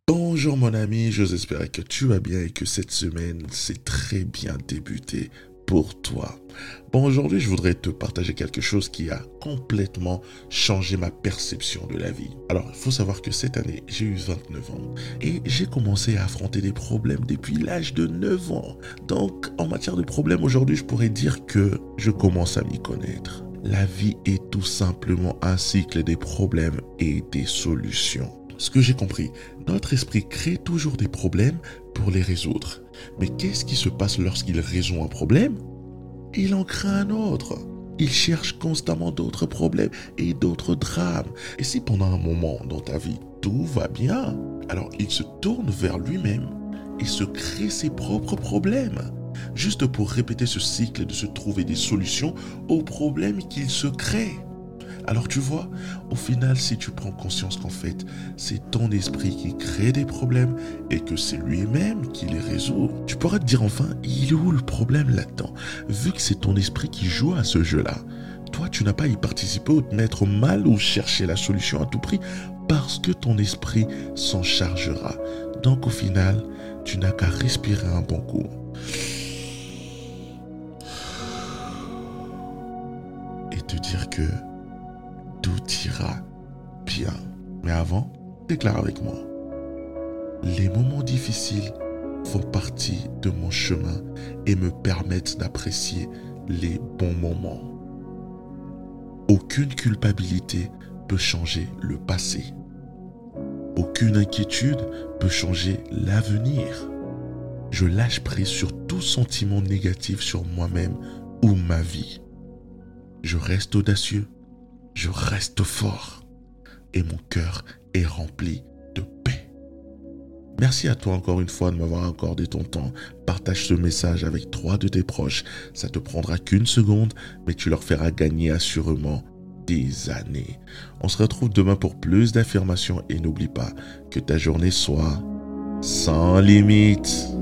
Bonjour mon ami, j'espère que tu vas bien et que cette semaine s'est très bien débutée pour toi. Bon, aujourd'hui je voudrais te partager quelque chose qui a complètement changé ma perception de la vie. Alors, il faut savoir que cette année, j'ai eu 29 ans et j'ai commencé à affronter des problèmes depuis l'âge de 9 ans. Donc, en matière de problèmes, aujourd'hui, je pourrais dire que je commence à m'y connaître. La vie est tout simplement un cycle des problèmes et des solutions. Ce que j'ai compris, notre esprit crée toujours des problèmes pour les résoudre. Mais qu'est-ce qui se passe lorsqu'il résout un problème? Il en crée un autre. Il cherche constamment d'autres problèmes et d'autres drames. Et si pendant un moment dans ta vie, tout va bien, alors il se tourne vers lui-même et se crée ses propres problèmes. Juste pour répéter ce cycle de se trouver des solutions aux problèmes qu'il se crée. Alors tu vois, au final, si tu prends conscience qu'en fait, c'est ton esprit qui crée des problèmes et que c'est lui-même qui les résout, tu pourras te dire enfin, il est où le problème là-dedans? Vu que c'est ton esprit qui joue à ce jeu-là, toi, tu n'as pas à y participer ou te mettre mal ou chercher la solution à tout prix parce que ton esprit s'en chargera. Donc au final, tu n'as qu'à respirer un bon coup et te dire que tout ira bien. Mais avant, déclare avec moi. Les moments difficiles font partie de mon chemin et me permettent d'apprécier les bons moments. Aucune culpabilité peut changer le passé. Aucune inquiétude peut changer l'avenir. Je lâche prise sur tout sentiment négatif sur moi-même ou ma vie. Je reste audacieux. Je reste fort et mon cœur est rempli de paix. Merci à toi encore une fois de m'avoir accordé ton temps. Partage ce message avec 3 de tes proches. Ça te prendra qu'une seconde, mais tu leur feras gagner assurément des années. On se retrouve demain pour plus d'affirmations et n'oublie pas que ta journée soit sans limite.